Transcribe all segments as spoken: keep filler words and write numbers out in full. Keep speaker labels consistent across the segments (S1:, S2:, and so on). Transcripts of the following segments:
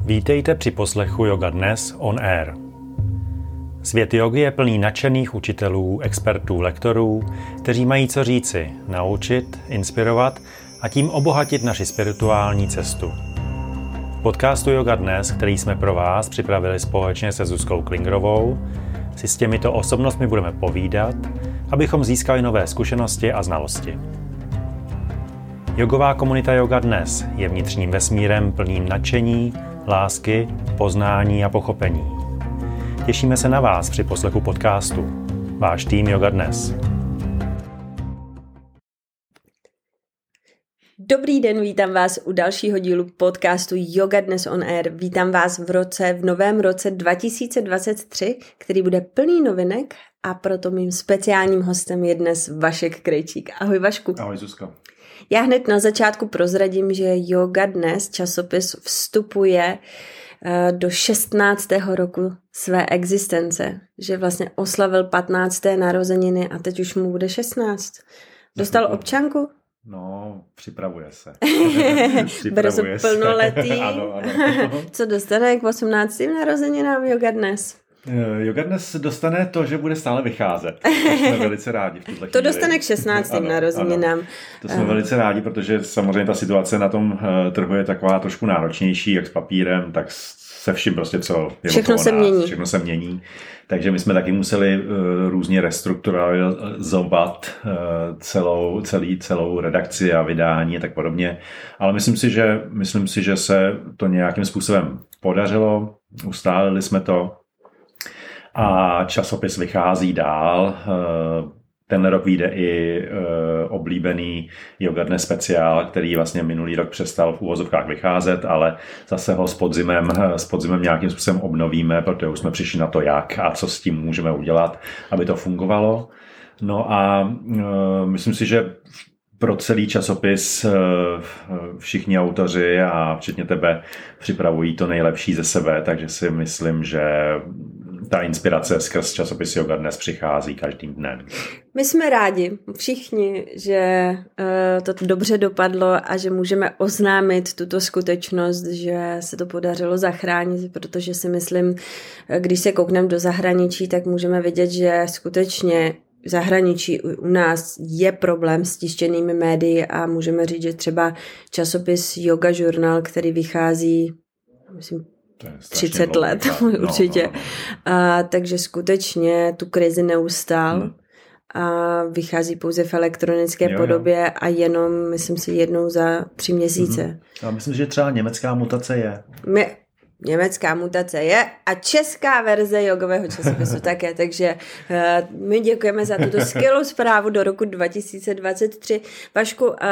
S1: Vítejte při poslechu Yoga Dnes on Air. Svět jogy je plný nadšených učitelů, expertů, lektorů, kteří mají co říci, naučit, inspirovat a tím obohatit naši spirituální cestu. V podcastu Yoga Dnes, který jsme pro vás připravili společně se Zuzkou Klingrovou, si s těmito osobnostmi budeme povídat, abychom získali nové zkušenosti a znalosti. Jogová komunita Yoga Dnes je vnitřním vesmírem plným nadšení, lásky, poznání a pochopení. Těšíme se na vás při poslechu podcastu. Váš tým Yoga Dnes.
S2: Dobrý den, vítám vás u dalšího dílu podcastu Yoga Dnes on Air. Vítám vás v roce, v novém roce dva tisíce dvacet tři, který bude plný novinek, a proto mým speciálním hostem je dnes Vašek Krejčík. Ahoj Vašku.
S3: Ahoj Zuzko.
S2: Já hned na začátku prozradím, že Yoga Dnes časopis vstupuje do šestnáctého roku své existence, že vlastně oslavil patnácté narozeniny a teď už mu bude šestnáct. Dostal občanku?
S3: No, připravuje se.
S2: Brzo plnoletý.
S3: Ano, ano.
S2: Co dostane k osmnáctým narozeninám Yoga Dnes?
S3: Yoga Dnes dostane to, že bude stále vycházet. To jsme velice rádi v tuhle chvíli.
S2: To dostane k šestnáctým narozeninám.
S3: To jsme velice rádi, protože samozřejmě ta situace na tom trhu je taková trošku náročnější, jak s papírem, tak se vším prostě, co je
S2: všechno se
S3: nás,
S2: mění.
S3: Všechno se mění. Takže my jsme taky museli uh, různě restrukturalizovat uh, celou, celý, celou redakci a vydání a tak podobně. Ale myslím si, že, myslím si, že se to nějakým způsobem podařilo. Ustálili jsme to. A časopis vychází dál. Ten rok vyjde i oblíbený Yoga Dnes speciál, který vlastně minulý rok přestal v uvozovkách vycházet, ale zase ho s podzimem, s podzimem nějakým způsobem obnovíme, protože už jsme přišli na to, jak a co s tím můžeme udělat, aby to fungovalo. No a myslím si, že pro celý časopis všichni autoři a včetně tebe připravují to nejlepší ze sebe, takže si myslím, že ta inspirace skrz časopis Yoga Dnes přichází každým dnem.
S2: My jsme rádi všichni, že uh, to dobře dopadlo a že můžeme oznámit tuto skutečnost, že se to podařilo zachránit, protože si myslím, když se koukneme do zahraničí, tak můžeme vidět, že skutečně v zahraničí u nás je problém s tištěnými médii a můžeme říct, že třeba časopis Yoga Journal, který vychází, myslím, třicet let, no, určitě. No, no, no. A, takže skutečně tu krizi neustál hmm. a vychází pouze v elektronické jo, podobě jo. a jenom, myslím si, jednou za tři měsíce. Hmm.
S3: Já myslím, že třeba německá mutace je.
S2: My, německá mutace je a česká verze jogového časopisu také, takže uh, my děkujeme za tuto skvělou zprávu do roku dva tisíce dvacet tři. Vašku, uh,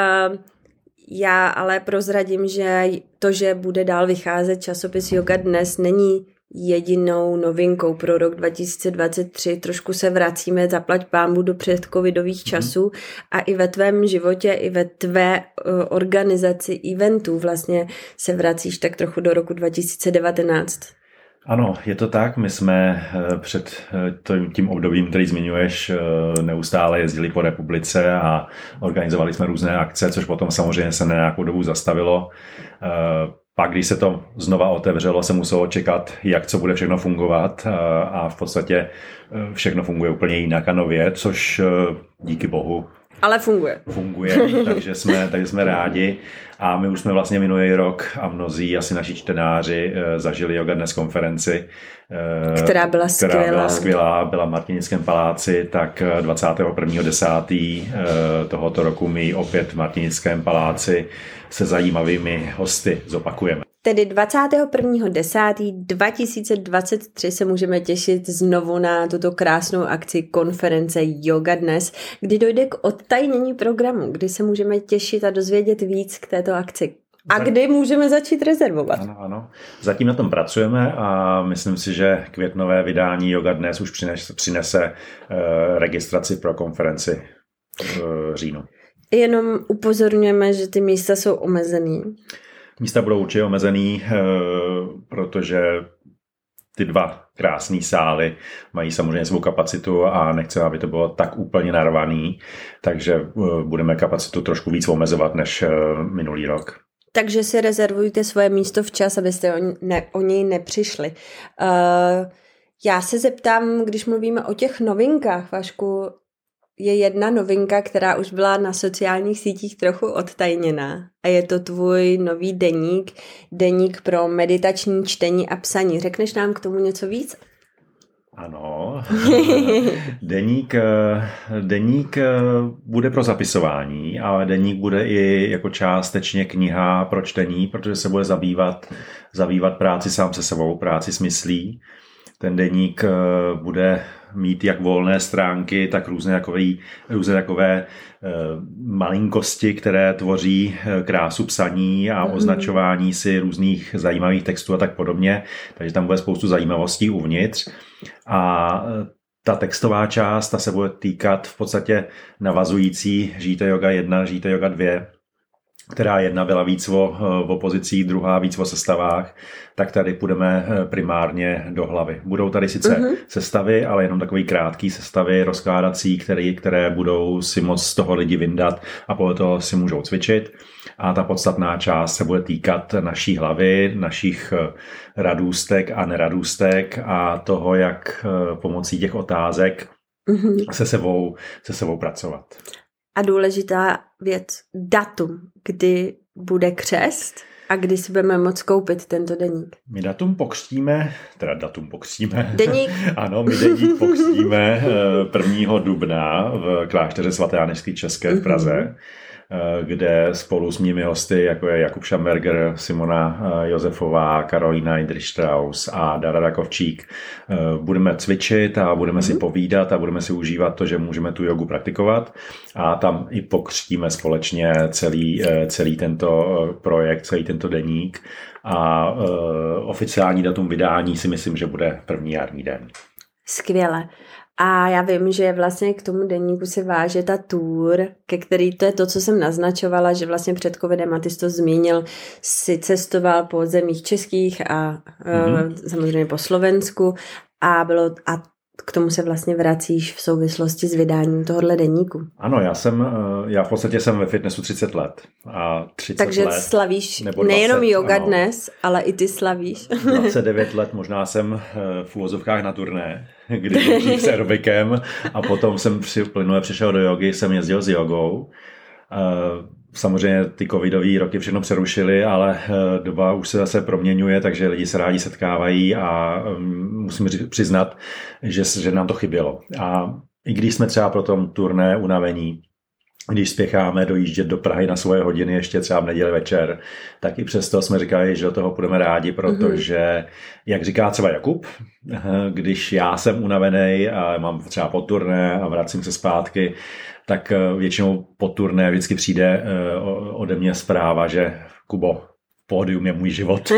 S2: já ale prozradím, že to, že bude dál vycházet časopis Yoga Dnes, není jedinou novinkou pro rok dva tisíce dvacet tři. Trošku se vracíme, zaplať pánbůh, do předcovidových časů mm. a i ve tvém životě, i ve tvé uh, organizaci eventů vlastně se vracíš tak trochu do roku dva tisíce devatenáct.
S3: Ano, je to tak. My jsme před tím obdobím, který zmiňuješ, neustále jezdili po republice a organizovali jsme různé akce, což potom samozřejmě se na nějakou dobu zastavilo. Pak, když se to znova otevřelo, se muselo čekat, jak co bude všechno fungovat a v podstatě všechno funguje úplně jinak a nově, což díky bohu
S2: Ale funguje.
S3: Funguje, takže jsme, takže jsme rádi. A my už jsme vlastně minulý rok a mnozí asi naši čtenáři zažili Yoga Dnes konferenci,
S2: která byla skvělá.
S3: Která byla skvělá, byla v Martinickém paláci, tak dvacátého prvního desátého tohoto roku my opět v Martinickém paláci se zajímavými hosty zopakujeme.
S2: Tedy dvacátého prvního desátého dva tisíce dvacet tři se můžeme těšit znovu na tuto krásnou akci konference Yoga Dnes, kdy dojde k odtajnění programu, kdy se můžeme těšit a dozvědět víc k této akci. A kdy můžeme začít rezervovat?
S3: Ano, ano. Zatím na tom pracujeme a myslím si, že květnové vydání Yoga Dnes už přinese, přinese uh, registraci pro konferenci v uh, říjnu.
S2: Jenom upozorňujeme, že ty místa jsou omezený.
S3: Místa budou určitě omezený, protože ty dva krásné sály mají samozřejmě svou kapacitu a nechceme, aby to bylo tak úplně narvaný, takže budeme kapacitu trošku víc omezovat než minulý rok.
S2: Takže si rezervujte svoje místo včas, abyste o, ne, o něj nepřišli. Uh, já se zeptám, když mluvíme o těch novinkách, Vašku, je jedna novinka, která už byla na sociálních sítích trochu odtajněná a je to tvůj nový deník, deník pro meditační čtení a psaní. Řekneš nám k tomu něco víc?
S3: Ano, deník, deník bude pro zapisování, ale deník bude i jako částečně kniha pro čtení, protože se bude zabývat, zabývat práci sám se sebou, práci s myslí. Ten deník bude mít jak volné stránky, tak různé takové, různé takové malinkosti, které tvoří krásu psaní a označování si různých zajímavých textů a tak podobně. Takže tam bude spoustu zajímavostí uvnitř. A ta textová část, ta se bude týkat v podstatě navazující Žijte yoga jedna, Žijte yoga dva, která jedna byla víc o, o pozicích, druhá víc o sestavách, tak tady půjdeme primárně do hlavy. Budou tady sice uh-huh. sestavy, ale jenom takový krátký sestavy rozkládací, které, které budou si moc z toho lidi vyndat a podle toho si můžou cvičit. A ta podstatná část se bude týkat naší hlavy, našich radůstek a neradůstek a toho, jak pomocí těch otázek uh-huh. se sebou, se sebou pracovat.
S2: A důležitá věc, datum, kdy bude křest a kdy si budeme moct koupit tento deník.
S3: My datum pokřtíme, teda datum pokřtíme.
S2: Deník.
S3: Ano, my deník pokřtíme prvního dubna v klášteře svaté Anežky České v Praze, kde spolu s mými hosty, jako je Jakub Šamberger, Simona Josefová, Karolina Jindřich-Strauss a Dara Rakovčík, budeme cvičit a budeme mm-hmm. si povídat a budeme si užívat to, že můžeme tu jogu praktikovat a tam i pokřtíme společně celý, celý tento projekt, celý tento deník a uh, oficiální datum vydání si myslím, že bude první jarní den.
S2: Skvěle. A já vím, že vlastně k tomu deníku se váže ta tour, ke který to je to, co jsem naznačovala, že vlastně před covidem, a ty jsi to zmínil, si cestoval po zemích českých a mm-hmm. uh, samozřejmě po Slovensku a bylo a k tomu se vlastně vracíš v souvislosti s vydáním tohohle deníku.
S3: Ano, já jsem, já v podstatě jsem ve fitnessu třicet let. A třicet
S2: Takže
S3: let,
S2: slavíš
S3: nebo dvacet,
S2: nejenom yoga
S3: ano,
S2: dnes, ale i ty slavíš.
S3: dvacet devět let možná jsem v úvozovkách na turné, kdy byl s aerobikem a potom jsem při, plynule přišel do jogy, jsem jezdil s jogou. Samozřejmě ty covidové roky všechno přerušily, ale doba už se zase proměňuje, takže lidi se rádi setkávají a musím přiznat, že, že nám to chybělo. A i když jsme třeba pro tom turné unavení, když spěcháme dojíždět do Prahy na svoje hodiny ještě třeba v neděli večer, tak i přesto jsme říkali, že do toho budeme rádi, protože, jak říká třeba Jakub, když já jsem unavený a mám třeba po turné a vracím se zpátky, tak většinou po turné vždycky přijde ode mě zpráva, že Kubo, pódium je můj život.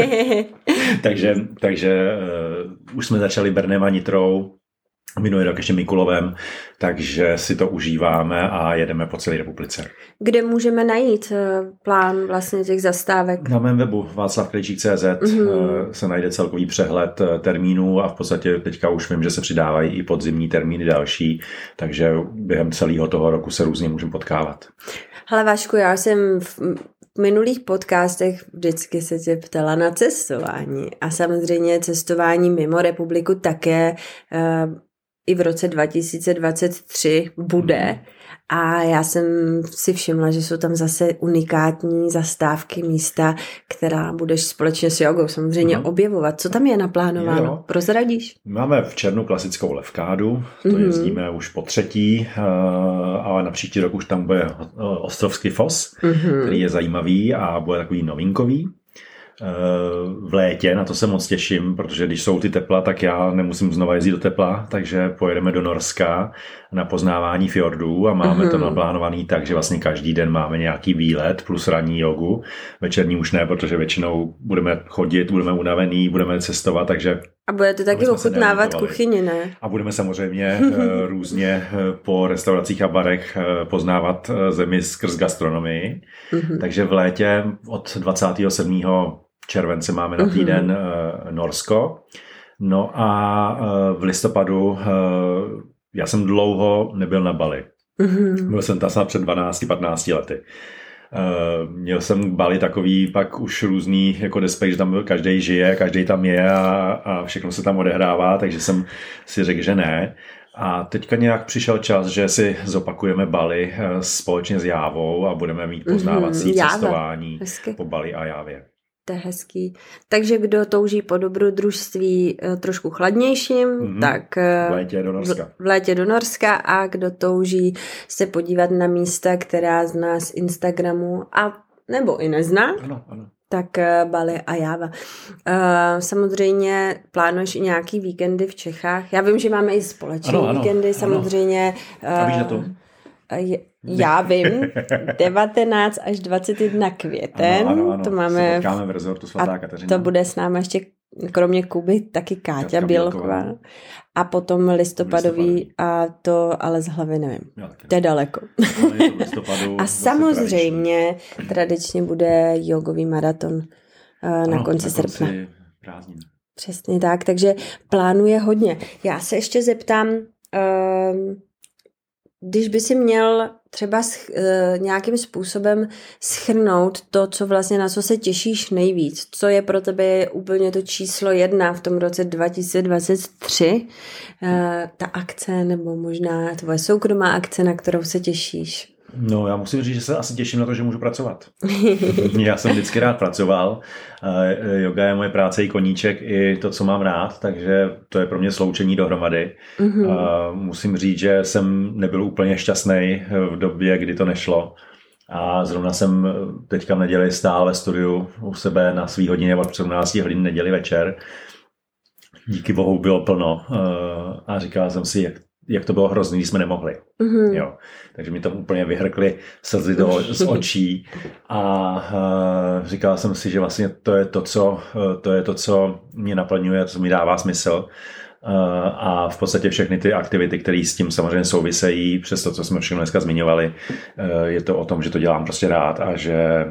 S3: takže takže uh, už jsme začali Brnem a Nitrou, minulý rok ještě Mikulovem, takže si to užíváme a jedeme po celé republice.
S2: Kde můžeme najít plán vlastně těch zastávek?
S3: Na mém webu václav krejčík tečka cé zet mm-hmm. se najde celkový přehled termínů a v podstatě teďka už vím, že se přidávají i podzimní termíny další, takže během celého toho roku se různě můžeme potkávat.
S2: Hele Vašku, já jsem v v minulých podcastech vždycky se tě ptala na cestování a samozřejmě cestování mimo republiku také uh, i v roce dva tisíce dvacet tři bude a já jsem si všimla, že jsou tam zase unikátní zastávky, místa, která budeš společně s jogou samozřejmě uh-huh. objevovat. Co tam je naplánováno? Jo. Prozradíš?
S3: Máme v červnu klasickou levkádu, to uh-huh. jezdíme už po třetí, ale na příští rok už tam bude Ostrovský Fos, uh-huh. který je zajímavý a bude takový novinkový. V létě, na to se moc těším, protože když jsou ty tepla, tak já nemusím znova jezdit do tepla, takže pojedeme do Norska na poznávání fjordů a máme mm-hmm. to naplánovaný tak, že vlastně každý den máme nějaký výlet plus ranní jogu. Večerní už ne, protože většinou budeme chodit, budeme unavený, budeme cestovat, takže...
S2: A budete taky ochutnávat kuchyni, ne?
S3: A budeme samozřejmě různě po restauracích a barech poznávat zemi skrz gastronomii. Mm-hmm. Takže v létě od dvacátého sedmého července máme na týden mm-hmm. Norsko. No a v listopadu já jsem dlouho nebyl na Bali. Mm-hmm. Byl jsem tam snad před dvanácti patnácti lety. Měl jsem k Bali takový pak už různý jako despekt, že tam každý žije, každý tam je a, a všechno se tam odehrává, takže jsem si řekl, že ne. A teďka nějak přišel čas, že si zopakujeme Bali společně s Jávou a budeme mít poznávací mm, cestování Hezky. Po Bali a Jávě.
S2: To je hezký. Takže kdo touží po dobrodružství trošku chladnějším, mm-hmm. tak
S3: v létě do Norska.
S2: V, v létě do Norska a kdo touží se podívat na místa, která zná z Instagramu a nebo i nezná,
S3: ano, ano.
S2: tak Bali a Jáva. Samozřejmě plánuješ i nějaký víkendy v Čechách. Já vím, že máme i společné
S3: ano, ano,
S2: víkendy, samozřejmě.
S3: Ano. A víš na to?
S2: Já vím, devatenáct až dvacet jedna květen.
S3: Ano, ano, ano.
S2: To máme
S3: v rezortu Svatá Kateřina.
S2: To bude s námi ještě kromě Kuby taky Káťa Katka Bělková. Bělková. A potom listopadový listopadu. A to ale z hlavy nevím. Já, to je daleko.
S3: Je
S2: a samozřejmě tradičně. tradičně bude jogový maraton ano, na konci na srpna.
S3: Prázdnin.
S2: Přesně tak, takže plánuje hodně. Já se ještě zeptám, uh, když by si měl třeba sch, uh, nějakým způsobem shrnout to, co vlastně na co se těšíš nejvíc, co je pro tebe úplně to číslo jedna v tom roce dva tisíce dvacet tři, uh, ta akce nebo možná tvoje soukromá akce, na kterou se těšíš?
S3: No, já musím říct, že se asi těším na to, že můžu pracovat. Já jsem vždycky rád pracoval. Yoga je moje práce i koníček, i to, co mám rád, takže to je pro mě sloučení dohromady. Mm-hmm. Musím říct, že jsem nebyl úplně šťastný v době, kdy to nešlo. A zrovna jsem teďka v neděli stál ve studiu u sebe na svý hodině od sedmnáct hodin neděli večer. Díky bohu bylo plno. A říkal jsem si, jak jak to bylo hrozný, když jsme nemohli. Mm-hmm. Jo. Takže mi to úplně vyhrkly slzy do, z očí a uh, říkal jsem si, že vlastně to je to, co, to je to, co mě naplňuje, co mi dává smysl. Uh, a v podstatě všechny ty aktivity, které s tím samozřejmě souvisejí, přes to, co jsme všechno dneska zmiňovali, uh, je to o tom, že to dělám prostě rád a že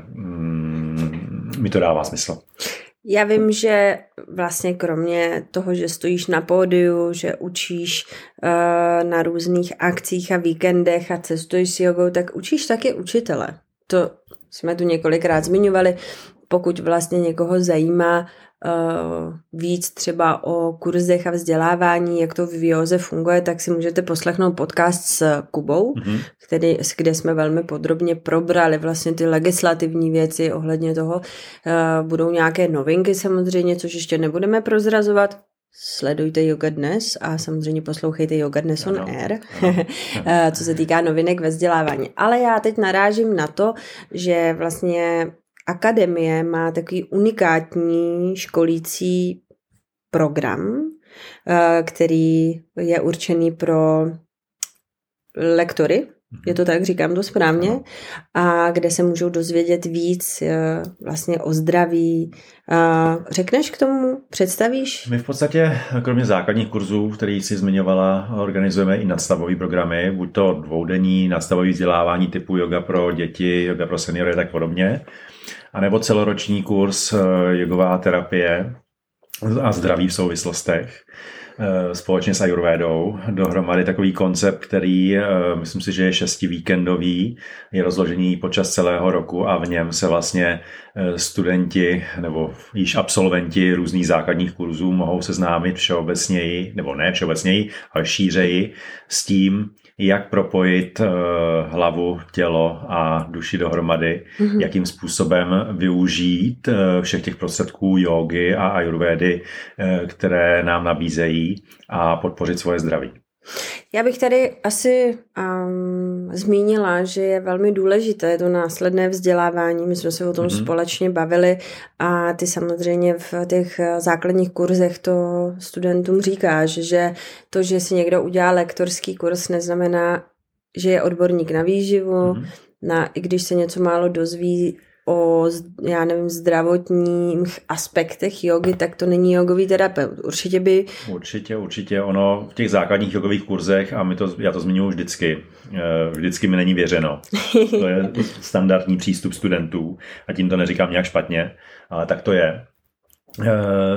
S3: um, mi to dává smysl.
S2: Já vím, že vlastně kromě toho, že stojíš na pódiu, že učíš uh, na různých akcích a víkendech a cestuješ s jogou, tak učíš taky učitele. To jsme tu několikrát zmiňovali. Pokud vlastně někoho zajímá uh, víc třeba o kurzech a vzdělávání, jak to v józe funguje, tak si můžete poslechnout podcast s Kubou, mm-hmm. který, kde jsme velmi podrobně probrali vlastně ty legislativní věci ohledně toho. Uh, budou nějaké novinky samozřejmě, což ještě nebudeme prozrazovat. Sledujte Yoga Dnes a samozřejmě poslouchejte Yoga Dnes on Air, co se týká novinek ve vzdělávání. Ale já teď narážím na to, že vlastně akademie má takový unikátní školící program, který je určený pro lektory, je to tak, říkám to správně, a kde se můžou dozvědět víc vlastně o zdraví. Řekneš k tomu? Představíš?
S3: My v podstatě, kromě základních kurzů, který jsi zmiňovala, organizujeme i nadstavové programy, buď to dvoudenní nadstavové vzdělávání typu yoga pro děti, yoga pro seniory, tak podobně, anebo celoroční kurz jogová terapie a zdraví v souvislostech společně s Ayurvédou. Dohromady takový koncept, který myslím si, že je šestivíkendový, je rozložený počas celého roku a v něm se vlastně studenti nebo již absolventi různých základních kurzů mohou seznámit všeobecněji, nebo ne všeobecněji, ale šířeji s tím, jak propojit uh, hlavu, tělo a duši dohromady, mm-hmm. jakým způsobem využít uh, všech těch prostředků jógy a ajurvédy, uh, které nám nabízejí a podpořit svoje zdraví.
S2: Já bych tady asi um, zmínila, že je velmi důležité to následné vzdělávání. My jsme se o tom mm-hmm. společně bavili a ty samozřejmě v těch základních kurzech to studentům říkáš, že to, že si někdo udělá lektorský kurz, neznamená, že je odborník na výživu, mm-hmm. na, i když se něco málo dozví o, já nevím, zdravotních aspektech jogy, tak to není jogový terapeut. Určitě by...
S3: Určitě, určitě. Ono v těch základních jogových kurzech, a my to, já to zmiňuji vždycky, vždycky mi není věřeno. To je standardní přístup studentů a tím to neříkám nějak špatně, ale tak to je.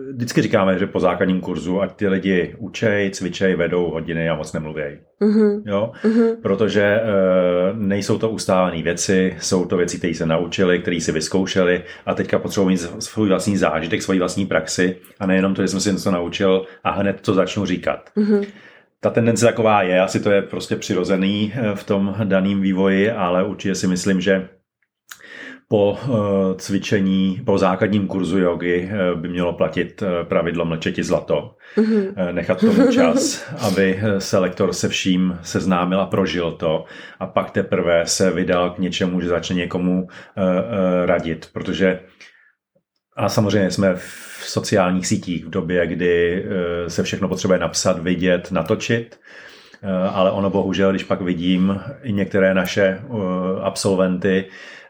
S3: vždycky říkáme, že po základním kurzu, ať ty lidi učej, cvičej, vedou hodiny a moc nemluvějí. Mm-hmm. Jo? Mm-hmm. Protože e, nejsou to ustálené věci, jsou to věci, které se naučili, které si vyzkoušeli a teďka potřebují mít svůj vlastní zážitek, svoji vlastní praxi a nejenom to, že jsem si něco naučil a hned to začnu říkat. Mm-hmm. Ta tendence taková je, asi to je prostě přirozený v tom daném vývoji, ale určitě si myslím, že po cvičení, po základním kurzu jogy by mělo platit pravidlo mlčeti zlato. Mm-hmm. Nechat tomu čas, aby se lektor se vším seznámil a prožil to a pak teprve se vydal k něčemu, že začne někomu radit, protože a samozřejmě jsme v sociálních sítích v době, kdy se všechno potřebuje napsat, vidět, natočit, ale ono bohužel, když pak vidím i některé naše absolventy,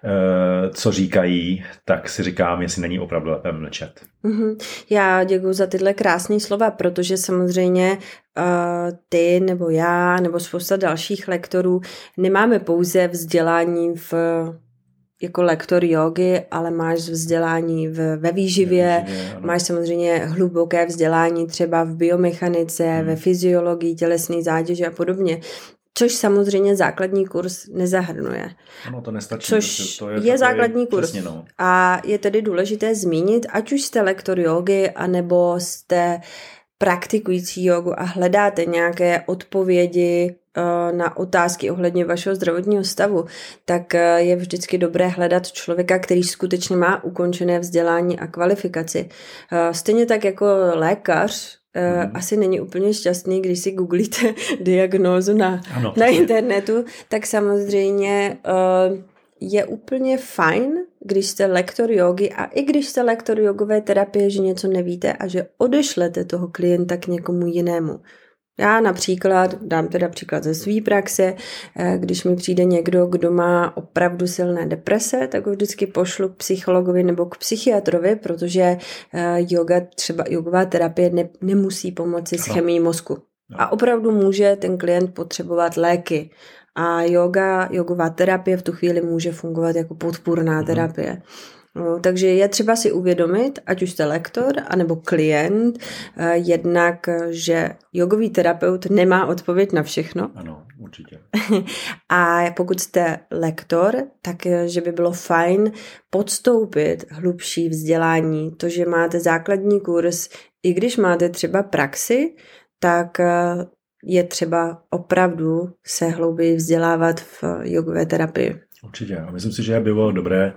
S3: co říkají, tak si říkám, jestli není opravdu lépe mlčet.
S2: Mm-hmm. Já děkuji za tyhle krásné slova, protože samozřejmě uh, ty nebo já nebo spousta dalších lektorů nemáme pouze vzdělání v jako lektor jógy, ale máš vzdělání v, ve výživě, ve výživě máš samozřejmě hluboké vzdělání třeba v biomechanice, hmm. ve fyziologii, tělesné zátěže a podobně. Což samozřejmě základní kurz nezahrnuje.
S3: Ano, to nestačí.
S2: Což
S3: to je,
S2: je základní kurz.
S3: Přesně, no.
S2: A je tedy důležité zmínit, ať už jste lektor jógy, anebo jste praktikující jogu a hledáte nějaké odpovědi na otázky ohledně vašeho zdravotního stavu, tak je vždycky dobré hledat člověka, který skutečně má ukončené vzdělání a kvalifikaci. Stejně tak jako lékař, Mm. asi není úplně šťastný, když si googlíte diagnózu na, ano, na internetu, tak samozřejmě uh, je úplně fajn, když jste lektor jógy a i když jste lektor jogové terapie, že něco nevíte a že odešlete toho klienta k někomu jinému. Já například, dám teda příklad ze své praxe, když mi přijde někdo, kdo má opravdu silné deprese, tak ho vždycky pošlu k psychologovi nebo k psychiatrovi, protože yoga, třeba jogová terapie ne, nemusí pomoci s chemií mozku. A opravdu může ten klient potřebovat léky. A yoga, jogová terapie v tu chvíli může fungovat jako podpůrná mm-hmm. terapie. No, takže je třeba si uvědomit, ať už jste lektor, anebo klient, jednak, že jogový terapeut nemá odpověď na všechno.
S3: Ano, určitě.
S2: A pokud jste lektor, tak že by bylo fajn podstoupit hlubší vzdělání. To, že máte základní kurz, i když máte třeba praxi, tak je třeba opravdu se hlouběji vzdělávat v jogové terapii.
S3: Určitě. A myslím si, že by bylo dobré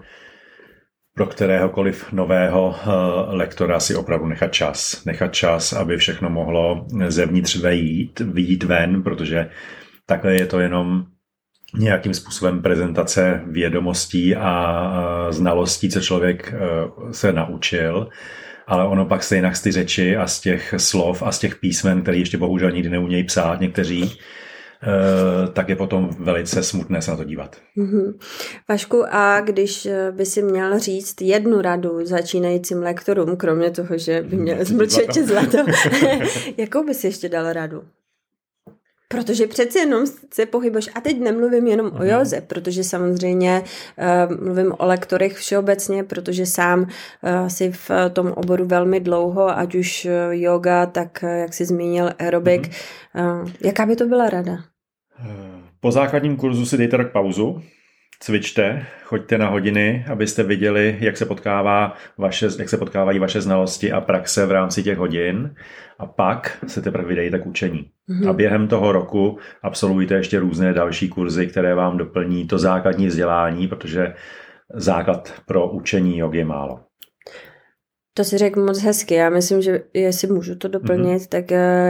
S3: pro kteréhokoliv nového lektora si opravdu nechat čas. Nechat čas, aby všechno mohlo zevnitř vejít, vyjít ven, protože takhle je to jenom nějakým způsobem prezentace vědomostí a znalostí, co člověk se naučil. Ale ono pak stejně z ty řeči a z těch slov a z těch písmen, které ještě bohužel nikdy neumějí psát někteří, tak je potom velice smutné se na to dívat.
S2: Mm-hmm. Vašku, a když by si měl říct jednu radu začínajícím lektorům, kromě toho, že by měl zmlčet zlato, jakou bys ještě dal radu? Protože přeci jenom se pohybuješ, a teď nemluvím jenom mm-hmm. o józe, protože samozřejmě uh, mluvím o lektorech všeobecně, protože sám uh, si v tom oboru velmi dlouho, ať už uh, yoga, tak uh, jak jsi zmínil aerobik. Mm-hmm. Uh, jaká by to byla rada?
S3: Po základním kurzu si dejte tak pauzu, cvičte, choďte na hodiny, abyste viděli, jak se potkává vaše, jak se potkávají vaše znalosti a praxe v rámci těch hodin a pak se teprve vydejte k učení. Mm-hmm. A během toho roku absolvujte ještě různé další kurzy, které vám doplní to základní vzdělání, protože základ pro učení jogy je málo.
S2: To si řekl moc hezky. Já myslím, že jestli můžu to doplnit, mm-hmm. tak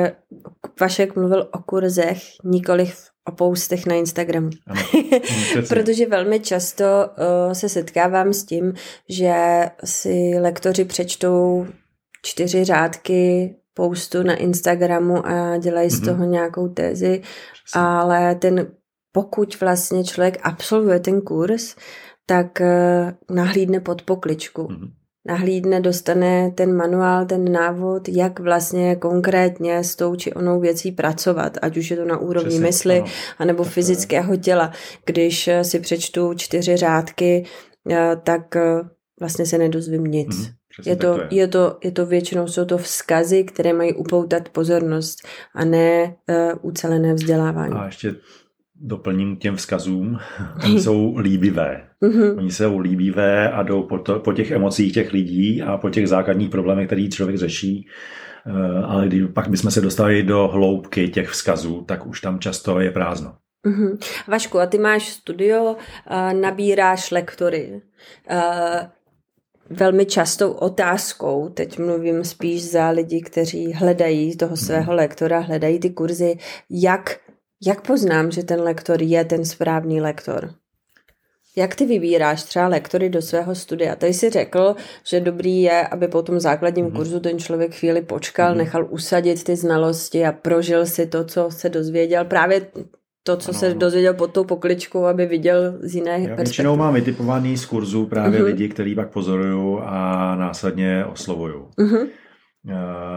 S2: Vašek mluvil o kurzech, nikoliv o postech na Instagramu. Ano, protože velmi často uh, se setkávám s tím, že si lektoři přečtou čtyři řádky postu na Instagramu a dělají mm-hmm. z toho nějakou tézi, Přesně. ale ten, pokud vlastně člověk absolvuje ten kurz, tak uh, nahlídne pod pokličku. Mm-hmm. nahlídne, dostane ten manuál, ten návod, jak vlastně konkrétně s tou či onou věcí pracovat, ať už je to na úrovni Přesně, mysli, ano. anebo tak fyzického těla. Když si přečtu čtyři řádky, tak vlastně se nedozvím nic. Mm,
S3: Přesně
S2: Je to,
S3: to je.
S2: je, to, je to většinou, jsou to vzkazy, které mají upoutat pozornost a ne uh, ucelené vzdělávání.
S3: A ještě doplním k těm vzkazům. Oni jsou líbivé. Mm-hmm. Oni jsou líbivé a jdou po, to, po těch emocích těch lidí a po těch základních problémech, který člověk řeší. Ale když pak bychom se dostali do hloubky těch vzkazů, tak už tam často je prázdno.
S2: Mm-hmm. Vašku, a ty máš studio, nabíráš lektory. Velmi častou otázkou, teď mluvím spíš za lidi, kteří hledají toho svého lektora, hledají ty kurzy, jak, jak poznám, že ten lektor je ten správný lektor? Jak ty vybíráš třeba lektory do svého studia? Tady jsi řekl, že dobrý je, aby po tom základním mm. kurzu ten člověk chvíli počkal, mm. nechal usadit ty znalosti a prožil si to, co se dozvěděl. Právě to, co ano, se dozvěděl pod tou pokličkou, aby viděl z jiné perspektivy.
S3: Většinou mám vytipovaný z kurzu právě mm-hmm. lidi, který pak pozoruju a následně oslovuju. Mm-hmm. Uh,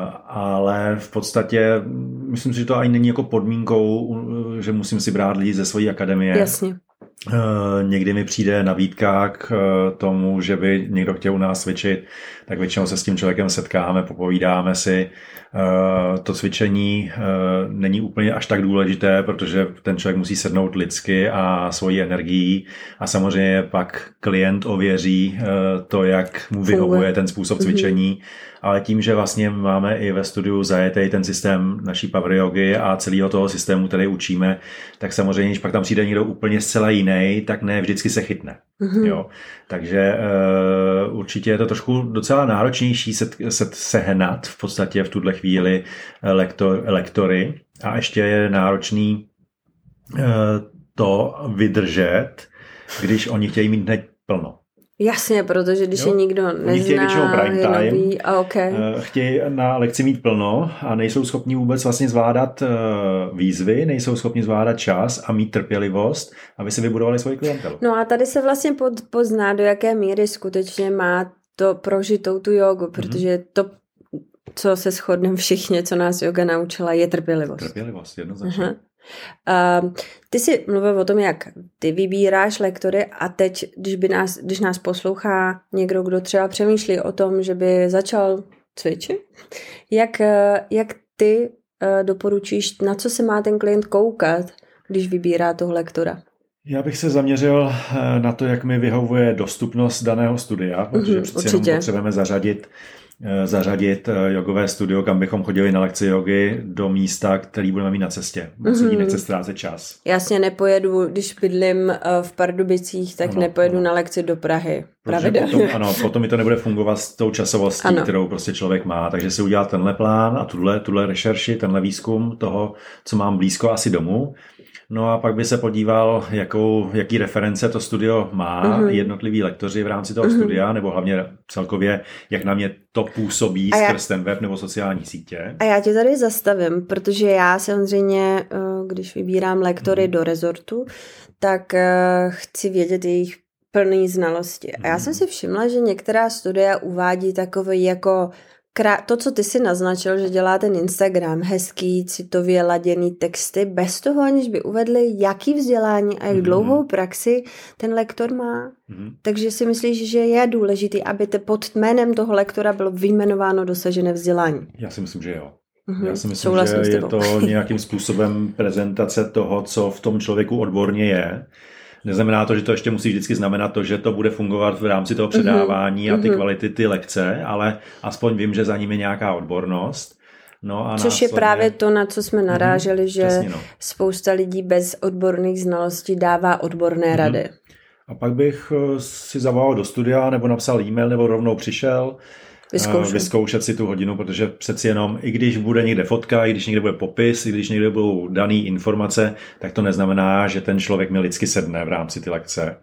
S3: ale v podstatě myslím si, že to ani není jako podmínkou, že musím si brát lidi ze své akademie.
S2: Jasně.
S3: Uh, někdy mi přijde nabídka k uh, tomu, že by někdo chtěl u nás cvičit, tak většinou se s tím člověkem setkáme, popovídáme si. Uh, to cvičení uh, není úplně až tak důležité, protože ten člověk musí sednout lidsky a svojí energií a samozřejmě pak klient ověří uh, to, jak mu vyhovuje ten způsob cvičení. Mm-hmm. Ale tím, že vlastně máme i ve studiu zajetý ten systém naší power yogy a celého toho systému, který učíme, tak samozřejmě, když pak tam přijde někdo úplně zcela jiný, tak ne vždycky se chytne. Mm-hmm. Jo. Takže uh, určitě je to trošku docela náročnější se, se, sehnat v podstatě v tuhle chvíli lektor, lektory a ještě je náročný uh, to vydržet, když oni chtějí mít hned plno.
S2: Jasně, protože když jo? je nikdo nezná,
S3: chtějí většinou prime
S2: je
S3: time,
S2: nový, a okay.
S3: chtějí na lekci mít plno a nejsou schopni vůbec vlastně zvládat výzvy, nejsou schopni zvládat čas a mít trpělivost, aby si vybudovali svoji klientelu.
S2: No a tady se vlastně pozná, do jaké míry skutečně má to prožitou tu jogu, protože mm-hmm. to, co se shodneme všichni, co nás yoga naučila, je trpělivost.
S3: Trpělivost, jednoznačně. Uh-huh.
S2: Uh, ty jsi mluvil o tom, jak ty vybíráš lektory a teď, když, by nás, když nás poslouchá někdo, kdo třeba přemýšlí o tom, že by začal cvičit, jak, jak ty uh, doporučíš, na co se má ten klient koukat, když vybírá toho lektora?
S3: Já bych se zaměřil na to, jak mi vyhovuje dostupnost daného studia, protože mm-hmm, přeci jenom potřebujeme zařadit zařadit jogové studio, kam bychom chodili na lekci jogy do místa, který budeme mít na cestě. Moc lidí nechce ztrácet čas.
S2: Jasně, nepojedu, když bydlím v Pardubicích, tak ano, nepojedu ano. na lekci do Prahy.
S3: Potom, ano, potom mi to nebude fungovat s tou časovostí, ano. kterou prostě člověk má. Takže si udělat tenhle plán a tuhle, tuhle rešerši, tenhle výzkum toho, co mám blízko asi domů. No a pak by se podíval, jakou, jaký reference to studio má, uh-huh. jednotliví lektoři v rámci toho uh-huh. studia, nebo hlavně celkově, jak na mě to působí já, skrz ten web nebo sociální sítě.
S2: A já tě tady zastavím, protože já samozřejmě, když vybírám lektory uh-huh. do rezortu, tak chci vědět jejich plné znalosti. A já jsem si všimla, že některá studia uvádí takové jako to, co ty si naznačil, že dělá ten Instagram, hezký, citově laděný texty, bez toho, aniž by uvedli, jaký vzdělání a jak mm-hmm. dlouhou praxi ten lektor má. Mm-hmm. Takže si myslíš, že je důležitý, aby te pod jménem toho lektora bylo vyjmenováno dosažené vzdělání?
S3: Já si myslím, že jo.
S2: Mm-hmm.
S3: Já si myslím, Souhlasím že je to nějakým způsobem prezentace toho, co v tom člověku odborně je. Neznamená to, že to ještě musí vždycky znamenat to, že to bude fungovat v rámci toho předávání mm-hmm. a ty kvality, ty lekce, ale aspoň vím, že za ním je nějaká odbornost. No a
S2: Což
S3: následně...
S2: je právě to, na co jsme naráželi, mm-hmm. že
S3: Přesně, no. spousta
S2: lidí bez odborných znalostí dává odborné mm-hmm. rady.
S3: A pak bych si zavolal do studia, nebo napsal e-mail, nebo rovnou přišel vyzkoušet. vyzkoušet si tu hodinu, protože přeci jenom, i když bude někde fotka, i když někde bude popis, i když někde budou dané informace, tak to neznamená, že ten člověk mi lidsky sedne v rámci ty lekce.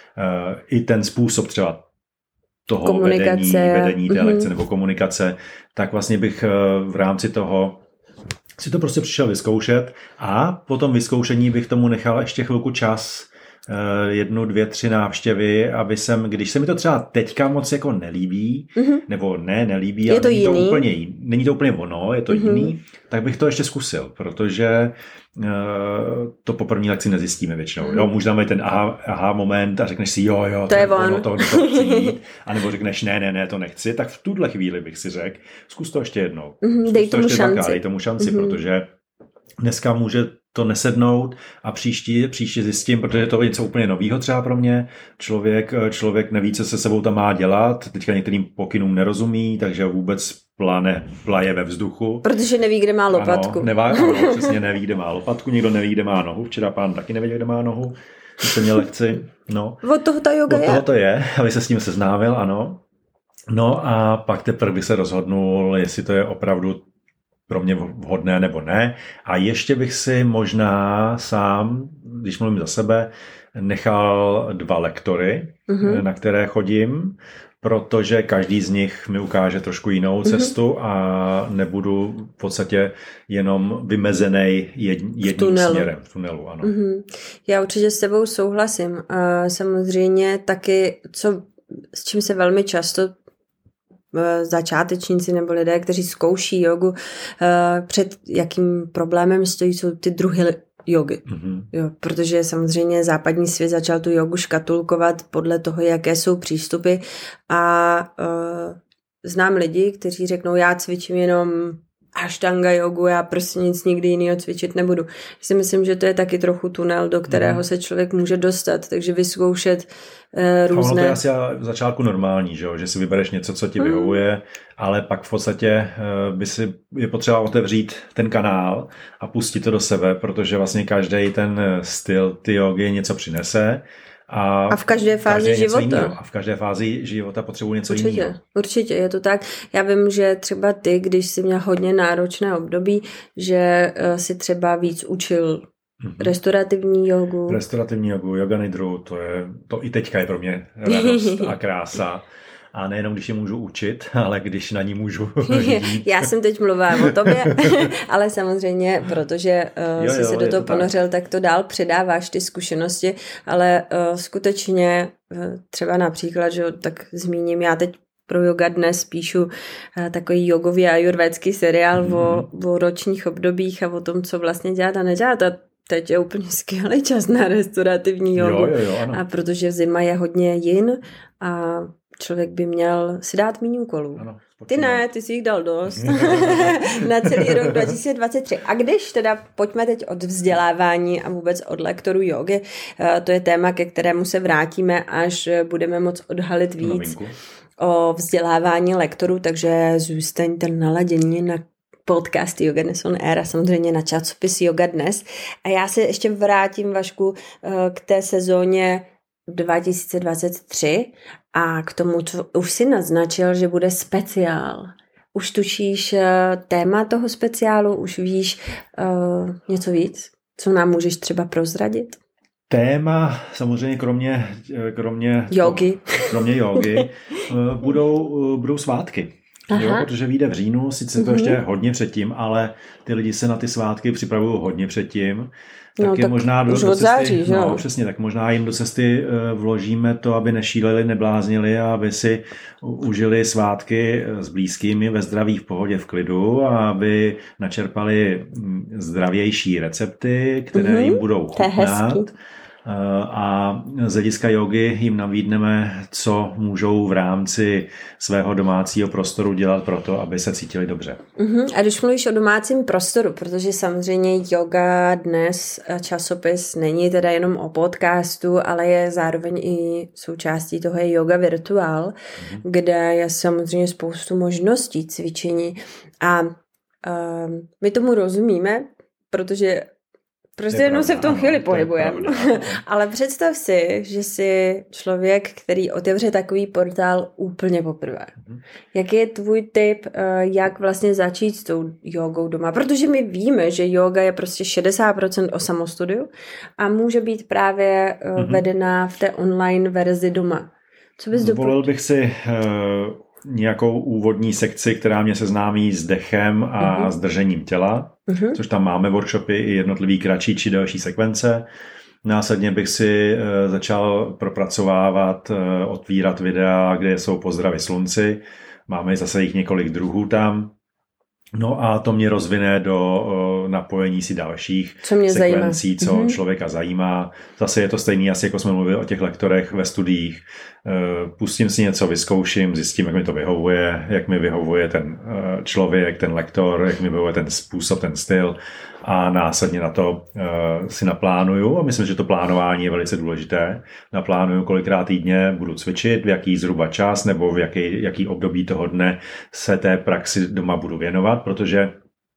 S3: I ten způsob třeba toho vedení, vedení té mm-hmm. lekce nebo komunikace, tak vlastně bych v rámci toho si to prostě přišel vyzkoušet a po tom vyzkoušení bych tomu nechal ještě chvilku čas jednu, dvě, tři návštěvy, aby jsem, když se mi to třeba teďka moc jako nelíbí, mm-hmm. nebo ne, nelíbí,
S2: je
S3: ale
S2: to
S3: není
S2: jiný.
S3: to úplně, není to úplně ono, je to mm-hmm. jiný, tak bych to ještě zkusil, protože uh, to po první lekci nezjistíme většinou. Mm-hmm. Jo, můžeme mít ten aha, aha moment a řekneš si jo, jo,
S2: to,
S3: to
S2: je
S3: ono,
S2: on.
S3: to, to chci jít, anebo řekneš ne, ne, ne, to nechci, tak v tuhle chvíli bych si řekl, zkus to ještě jednou.
S2: Mm-hmm, dej tomu šanci. Dvakrát,
S3: dej tomu šanci,
S2: mm-hmm.
S3: protože dneska může to nesednout a příští, příště zjistím, protože to je něco úplně novýho třeba pro mě. Člověk, člověk neví, co se sebou tam má dělat, teďka některým pokynům nerozumí, takže vůbec plane, plaje ve vzduchu.
S2: Protože neví, kde má lopatku.
S3: Ano, nevá, ano, přesně neví, kde má lopatku, někdo neví, kde má nohu. Včera pán taky nevěděl, kde má nohu, když jsem měl lekci. No.
S2: Od toho ta yoga
S3: Od
S2: je.
S3: toho to je, aby se s tím seznámil, ano. No a pak teprve by se rozhodnul, jestli to je opravdu pro mě vhodné nebo ne. A ještě bych si možná sám, když mluvím za sebe, nechal dva lektory, mm-hmm. na které chodím, protože každý z nich mi ukáže trošku jinou cestu mm-hmm. a nebudu v podstatě jenom vymezený jed, jedním
S2: tunelu.
S3: směrem v tunelu. Ano.
S2: Mm-hmm. Já určitě s tebou souhlasím. A samozřejmě taky, co, s čím se velmi často začátečníci nebo lidé, kteří zkouší jogu, před jakým problémem stojí, jsou ty druhy jogy. Mm-hmm. Jo, protože samozřejmě západní svět začal tu jogu škatulkovat podle toho, jaké jsou přístupy a uh, znám lidi, kteří řeknou, já cvičím jenom ashtanga jogu, já prostě nic nikdy jiného cvičit nebudu. Já si myslím, že to je taky trochu tunel, do kterého mm. se člověk může dostat, takže vyzkoušet uh, různé... A ono
S3: to je asi v začátku normální, že, že si vybereš něco, co ti mm. vyhovuje, ale pak v podstatě uh, by si je potřeba otevřít ten kanál a pustit to do sebe, protože vlastně každý ten styl ty jogy něco přinese. A,
S2: a v každé fázi života.
S3: A v každé fázi života potřebuji něco
S2: určitě,
S3: jiného.
S2: Určitě, je to tak. Já vím, že třeba ty, když jsi měl hodně náročné období, že uh, si třeba víc učil mm-hmm. restaurativní jogu.
S3: Restaurativní jogu, yoga nidru, to je, to i teďka je pro mě radost a krása. A nejenom, když je můžu učit, ale když na ní můžu žít.
S2: Já jsem teď mluvila o tobě, ale samozřejmě, protože uh, jo, jsi jo, se do toho to ponořil, tak. tak to dál předáváš ty zkušenosti, ale uh, skutečně uh, třeba například, že tak zmíním, já teď pro Yoga Dnes píšu uh, takový jogový a ajurvédský seriál mm. o, o ročních obdobích a o tom, co vlastně dělat a nedělat. A teď je úplně skvělý čas na restaurativní jogu.
S3: Jo, jo, jo, ano.
S2: A protože zima je hodně jin a člověk by měl si dát méně úkolů. Ano, ty ne, ty jsi jich dal dost na celý rok dva tisíce dvacet tři. A když teda pojďme teď od vzdělávání a vůbec od lektorů jogy, to je téma, ke kterému se vrátíme, až budeme moc odhalit víc Novinku. O vzdělávání lektorů, takže zůstaňte naladění na podcast Yoga Dnes on Air a samozřejmě na časopis Yoga Dnes. A já se ještě vrátím, Vašku, k té sezóně dva tisíce dvacet tři a k tomu, co už si naznačil, že bude speciál. Už tušíš téma toho speciálu, už víš uh, něco víc, co nám můžeš třeba prozradit?
S3: Téma, samozřejmě kromě, kromě
S2: jogy,
S3: kromě jogy budou, budou svátky. Jo, protože vyjde v říjnu, sice mm-hmm. to ještě hodně předtím, ale ty lidi se na ty svátky připravují hodně předtím. Tak
S2: no,
S3: je
S2: tak
S3: možná do,
S2: už
S3: do
S2: od
S3: cesty,
S2: září, že?
S3: No, přesně, tak možná jim do cesty uh, vložíme to, aby nešíleli, nebláznili a aby si užili svátky s blízkými ve zdraví, v pohodě, v klidu a aby načerpali zdravější recepty, které mm-hmm. jim budou chutnat. A z hlediska jogy jim nabídneme, co můžou v rámci svého domácího prostoru dělat pro to, aby se cítili dobře.
S2: Uh-huh. A když mluvíš o domácím prostoru, protože samozřejmě Yoga Dnes časopis není teda jenom o podcastu, ale je zároveň i součástí toho je Yoga Virtuál, uh-huh. kde je samozřejmě spoustu možností cvičení a uh, my tomu rozumíme, protože prostě jenom se v tom chvíli pohybujeme. Ale představ si, že jsi člověk, který otevře takový portál úplně poprvé. Mm-hmm. Jaký je tvůj tip, jak vlastně začít s tou jogou doma? Protože my víme, že joga je prostě šedesát procent o samostudiu a může být právě mm-hmm. vedená v té online verzi doma. Co bys doporučil?
S3: Zvolil bych si uh, nějakou úvodní sekci, která mě seznámí s dechem a mm-hmm. s držením těla. Uhum. Což tam máme workshopy i jednotlivý kratší či delší sekvence. Následně bych si začal propracovávat, otvírat videa, kde jsou pozdravy slunci. Máme zase jich několik druhů tam. No a to mě rozvine do napojení si dalších sekvencí, zajímá. co mm-hmm. člověka zajímá. Zase je to stejný, asi jako jsme mluvili o těch lektorech ve studiích. Pustím si něco, vyzkouším, zjistím, jak mi to vyhovuje, jak mi vyhovuje ten člověk, ten lektor, jak mi vyhovuje ten způsob, ten styl a následně na to si naplánuju a myslím, že to plánování je velice důležité. Naplánuju, kolikrát týdně budu cvičit, v jaký zhruba čas nebo v jaký, jaký období toho dne se té praxi doma budu věnovat, protože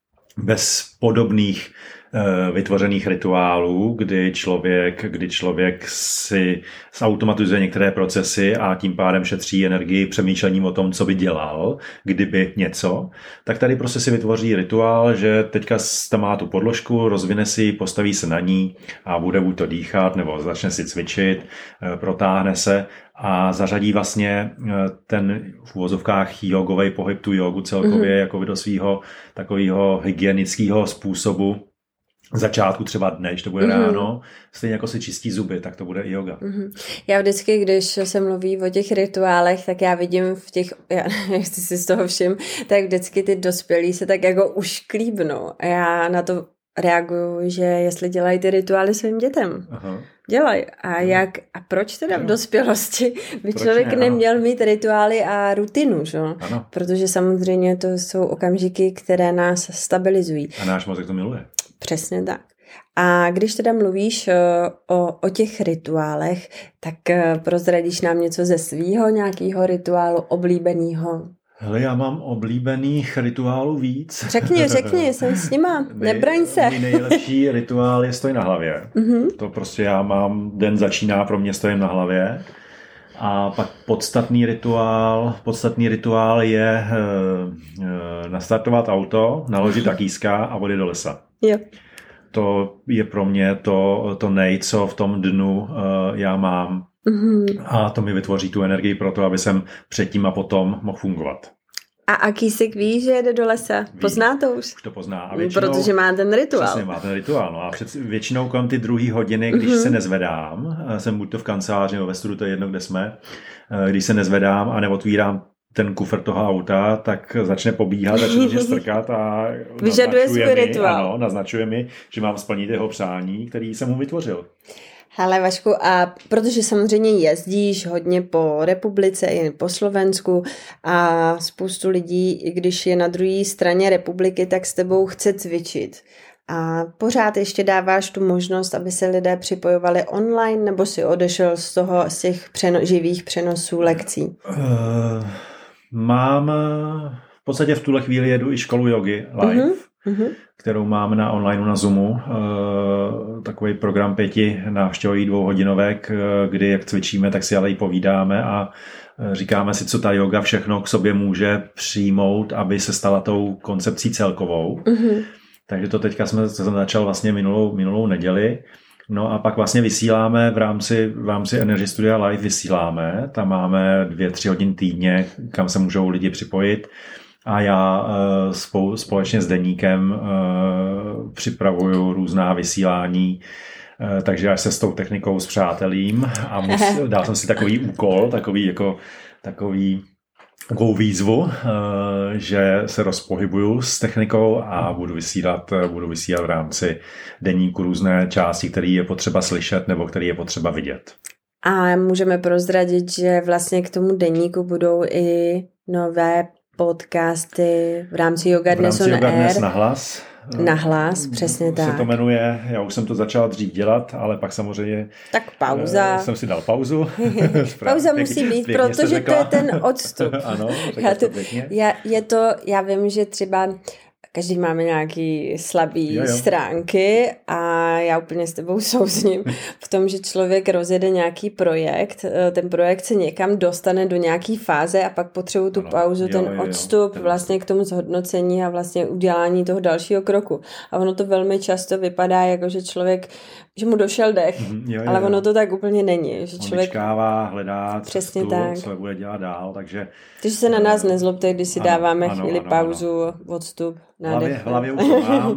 S3: bez podobných vytvořených rituálů, kdy člověk, kdy člověk si zautomatizuje některé procesy a tím pádem šetří energii přemýšlením o tom, co by dělal, kdyby něco, tak tady prostě si vytvoří rituál, že teďka tam má tu podložku, rozvine si, postaví se na ní a bude buď to dýchat, nebo začne si cvičit, protáhne se a zařadí vlastně ten v uvozovkách jogovej pohyb, tu jogu celkově mm-hmm. jako do svého takového hygienického způsobu začátku třeba dne, když to bude mm-hmm. ráno, stejně jako se čistí zuby, tak to bude i yoga.
S2: Mm-hmm. Já vždycky, když se mluví o těch rituálech, tak já vidím v těch, já jestli si z toho všim, tak vždycky ty dospělí se tak jako už klíbnou. A já na to reaguju, že jestli dělají ty rituály svým dětem. Aha. Dělají. A jak, a proč teda v dospělosti by proč člověk ne, neměl mít rituály a rutinu, že?
S3: Ano.
S2: Protože samozřejmě to jsou okamžiky, které nás stabilizují.
S3: A náš mozek to miluje.
S2: Přesně tak. A když teda mluvíš o, o těch rituálech, tak prozradíš nám něco ze svýho nějakého rituálu oblíbeného?
S3: Hele, já mám oblíbených rituálů víc.
S2: Řekni, řekni, jsem s nima, nebraň se.
S3: Můj nejlepší rituál je stoj na hlavě. Mm-hmm. To prostě já mám, den začíná pro mě stojím na hlavě. A pak podstatný rituál, podstatný rituál je e, e, nastartovat auto, naložit takýska a odjet do lesa.
S2: Jo.
S3: To je pro mě to, to nej, co v tom dnu e, já mám. Mm-hmm. A to mi vytvoří tu energii pro to, aby jsem předtím a potom mohl fungovat.
S2: A, a Kýsek ví, že jede do lesa? Ví. Pozná to už?
S3: Už to pozná. A většinou,
S2: protože má ten rituál.
S3: Přesně, má ten rituál. No a před, většinou kolem ty druhé hodiny, když mm-hmm. se nezvedám, jsem buď to v kanceláři nebo ve studiu, to je jedno, kde jsme, když se nezvedám a neotvírám ten kufr toho auta, tak začne pobíhat, začne mě strkat a
S2: vyžaduje svůj rituál.
S3: Ano, naznačuje mi, že mám splnit jeho přání, který jsem mu vytvořil.
S2: Hele Vašku, a protože samozřejmě jezdíš hodně po republice i po Slovensku a spoustu lidí, i když je na druhé straně republiky, tak s tebou chce cvičit. A pořád ještě dáváš tu možnost, aby se lidé připojovali online, nebo si odešel z toho, z těch přeno, živých přenosů lekcí?
S3: Uh, mám, v podstatě v tuhle chvíli jedu i školu jogy live. Uh-huh. Mm-hmm. kterou mám na online na Zoomu, takový program pěti návštěvových dvouhodinovek, kdy jak cvičíme, tak si ale i povídáme a říkáme si, co ta yoga všechno k sobě může přijmout, aby se stala tou koncepcí celkovou. Mm-hmm. Takže to teďka jsme, jsem začal vlastně minulou, minulou neděli. No a pak vlastně vysíláme v rámci, v rámci Energy Studia Live vysíláme, tam máme dvě, tři hodiny týdně, kam se můžou lidi připojit. A já spolu, společně s Deníkem připravuju různá vysílání, takže až se s tou technikou spřátelím a mus, dal jsem si takový úkol, takový jako takový takovou výzvu, že se rozpohybuju s technikou a budu vysílat, budu vysílat v rámci Deníku různé části, které je potřeba slyšet nebo které je potřeba vidět.
S2: A můžeme prozradit, že vlastně k tomu Deníku budou i nové podcasty v rámci Yoga Dnes on Air. V rámci Yoga Dnes
S3: na hlas.
S2: Na hlas, přesně tak.
S3: Se to jmenuje, já už jsem to začal dřív dělat, ale pak samozřejmě...
S2: Tak pauza.
S3: Jsem si dal pauzu.
S2: Pauza musí být, protože to je ten odstup.
S3: Ano,
S2: já
S3: to pěkně.
S2: Já, je to, já vím, že třeba každý máme nějaký slabý jo, jo. stránky a já úplně s tebou souzním v tom, že člověk rozjede nějaký projekt, ten projekt se někam dostane do nějaký fáze a pak potřebuje tu ano, pauzu, jo, ten jo, odstup jo, vlastně k tomu zhodnocení a vlastně udělání toho dalšího kroku. A ono to velmi často vypadá jako, že člověk, že mu došel dech, mm, jo, jo, ale ono to tak úplně není. Že člověk
S3: vyčkává, hledá
S2: přesně
S3: cestu,
S2: tak.
S3: co bude dělat dál, takže...
S2: Takže se na nás nezlobte, když si
S3: ano,
S2: dáváme
S3: ano,
S2: chvíli
S3: ano,
S2: pauzu,
S3: ano.
S2: odstup.
S3: V hlavě, hlavě už to mám,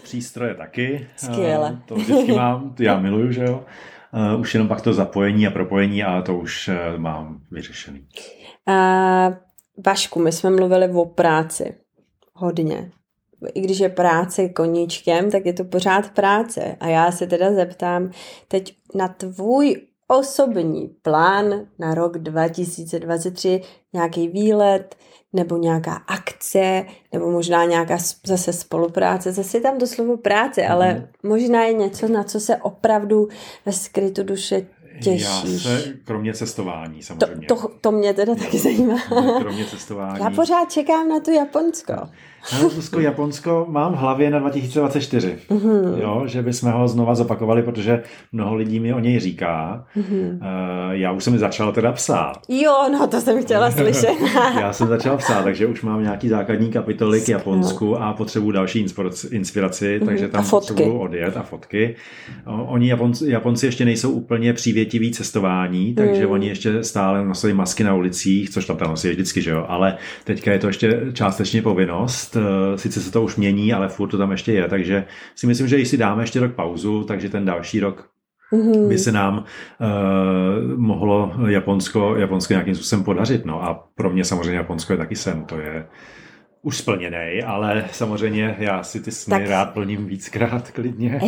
S3: přístroje taky.
S2: Skvěle.
S3: To vždycky mám, to já miluju, že jo. Už jenom pak to zapojení a propojení a to už mám vyřešený.
S2: Uh, Vašku, my jsme mluvili o práci. Hodně. I když je práce koníčkem, tak je to pořád práce. A já se teda zeptám teď na tvůj osobní plán na rok dva tisíce dvacet tři, nějaký výlet nebo nějaká akce, nebo možná nějaká zase spolupráce. Zase je tam to slovo práce, mm. ale možná je něco, na co se opravdu ve skrytu duše těšíš.
S3: Já se, kromě cestování samozřejmě.
S2: To, to, to mě teda taky zajímá.
S3: Kromě cestování.
S2: Já pořád čekám na tu Japonsko.
S3: No, Rusko, Japonsko mám v hlavě na dva tisíce dvacet čtyři. Mm-hmm. Jo, že bychom ho znova zopakovali, protože mnoho lidí mi o něj říká. Mm-hmm. Uh, já už jsem mi začal teda psát.
S2: Jo, no to jsem chtěla slyšet.
S3: Já jsem začal psát, takže už mám nějaký základní kapitoly k Japonsku a potřebuji další inspiraci, mm-hmm. takže tam potřebuji odjet a fotky. Oni Japonci, Japonci ještě nejsou úplně přívětiví cestování, takže mm. oni ještě stále nosí masky na ulicích, což tam tam nosí vždycky, že jo, ale teďka je to ještě částečně povinnost. Sice se to už mění, ale furt to tam ještě je, takže si myslím, že když si dáme ještě rok pauzu, takže ten další rok mm-hmm. by se nám uh, mohlo Japonsko, Japonsko nějakým způsobem podařit. No a pro mě samozřejmě Japonsko je taky sen, to je už splněnej, ale samozřejmě já si ty sny tak rád plním víckrát klidně.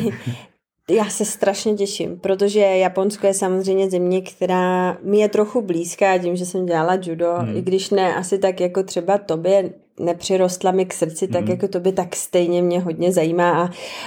S2: Já se strašně těším, protože Japonsko je samozřejmě země, která mi je trochu blízká tím, že jsem dělala judo, hmm. i když ne asi tak jako třeba tobě nepřirostla mi k srdci, tak hmm. jako tobě, tak stejně mě hodně zajímá a,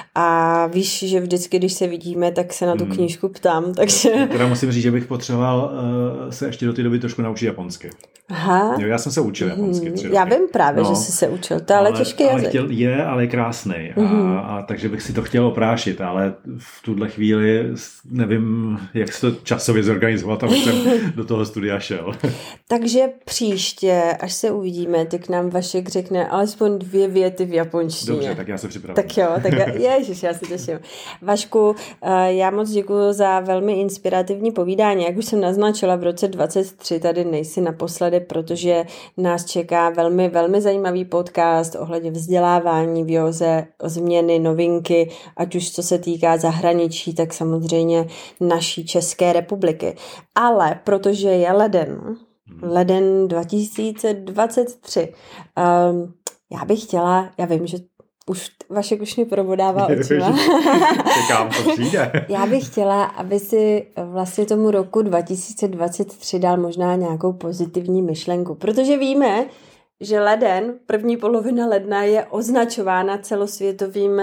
S2: a víš, že vždycky, když se vidíme, tak se na tu hmm. knížku ptám, takže...
S3: Já teda musím říct, že bych potřeboval uh, se ještě do té doby trošku naučit japonsky.
S2: Aha.
S3: Jo, já jsem se učil japonsky tři roky.
S2: Já vím právě, no, že jsi se učil, to ale, ale těžký jazyk.
S3: Chtěl, je, ale je krásnej a, mm-hmm. a takže bych si to chtěl oprášit, ale v tuhle chvíli nevím, jak se to časově zorganizovat, aby jsem do toho studia šel.
S2: Takže příště, až se uvidíme, tak nám Vašek řekne alespoň dvě věty v japonštině.
S3: Dobře, tak já se připravím.
S2: Tak jo, tak já, ježiš, já se těším. Vašku, já moc děkuji za velmi inspirativní povídání. Jak už jsem naznačila, v roce dvacet tři tady nejsi naposledy, protože nás čeká velmi, velmi zajímavý podcast ohledně vzdělávání v józe, změny, novinky, ať už co se týká zahraničí, tak samozřejmě naší České republiky. Ale protože je leden, leden dva tisíce dvacet tři, um, já bych chtěla, já vím, že už Vašek už mě probodává očima.
S3: Čekám, to přijde.
S2: Já bych chtěla, aby si vlastně tomu roku dva tisíce dvacet tři dal možná nějakou pozitivní myšlenku, protože víme, že leden, první polovina ledna je označována celosvětovým,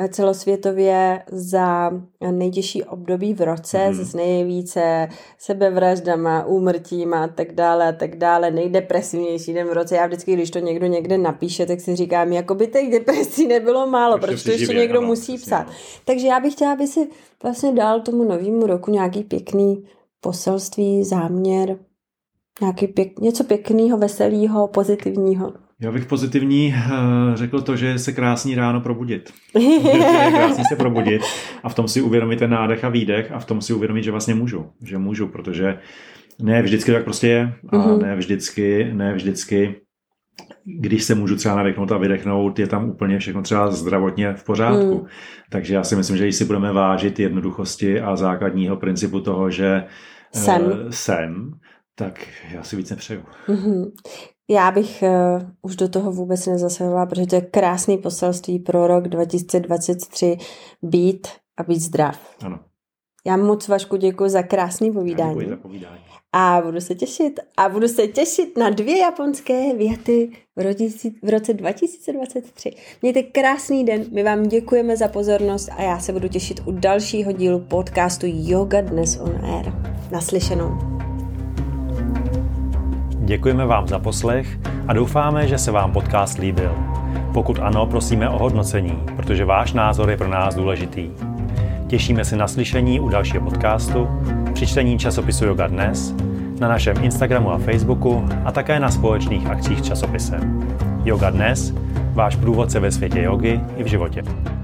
S2: celosvětově za nejtěžší období v roce, mm. s nejvíce sebevraždama, úmrtíma a tak dále a tak dále, nejdepresivnější den v roce. Já vždycky, když to někdo někde napíše, tak si říkám, jako by těch depresí nebylo málo, protože to ještě živě, někdo ano, musí přesně, psát. No. Takže já bych chtěla, aby si vlastně dal tomu novému roku nějaký pěkný poselství, záměr, nějaký pěk, něco pěkného, veselého, pozitivního.
S3: Já bych pozitivní uh, řekl to, že je se krásný ráno probudit. Že je krásný se probudit a v tom si uvědomit ten nádech a výdech a v tom si uvědomit, že vlastně můžu. Že můžu, protože ne vždycky tak prostě je a mm-hmm. ne vždycky, ne vždycky, když se můžu třeba nadechnout a vydechnout, je tam úplně všechno třeba zdravotně v pořádku. Mm. Takže já si myslím, že když si budeme vážit jednoduchosti a základního principu toho, že
S2: jsem,
S3: uh, jsem tak já si víc nepřeju.
S2: Mm-hmm. Já bych uh, už do toho vůbec nezasahovala, protože to je krásný poselství pro rok dva tisíce dvacet tři, být a být zdrav.
S3: Ano.
S2: Já moc, Vašku, děkuji za krásný povídání.
S3: Děkuji za povídání.
S2: A budu se těšit. A budu se těšit na dvě japonské věty v, rodici, v roce dva tisíce dvacet tři. Mějte krásný den, my vám děkujeme za pozornost a já se budu těšit u dalšího dílu podcastu Yoga Dnes on Air. Naslyšenou.
S1: Děkujeme vám za poslech a doufáme, že se vám podcast líbil. Pokud ano, prosíme o hodnocení, protože váš názor je pro nás důležitý. Těšíme se na slyšení u dalšího podcastu, při čtení časopisu Yoga Dnes, na našem Instagramu a Facebooku a také na společných akcích s časopisem. Yoga Dnes, váš průvodce ve světě jogy i v životě.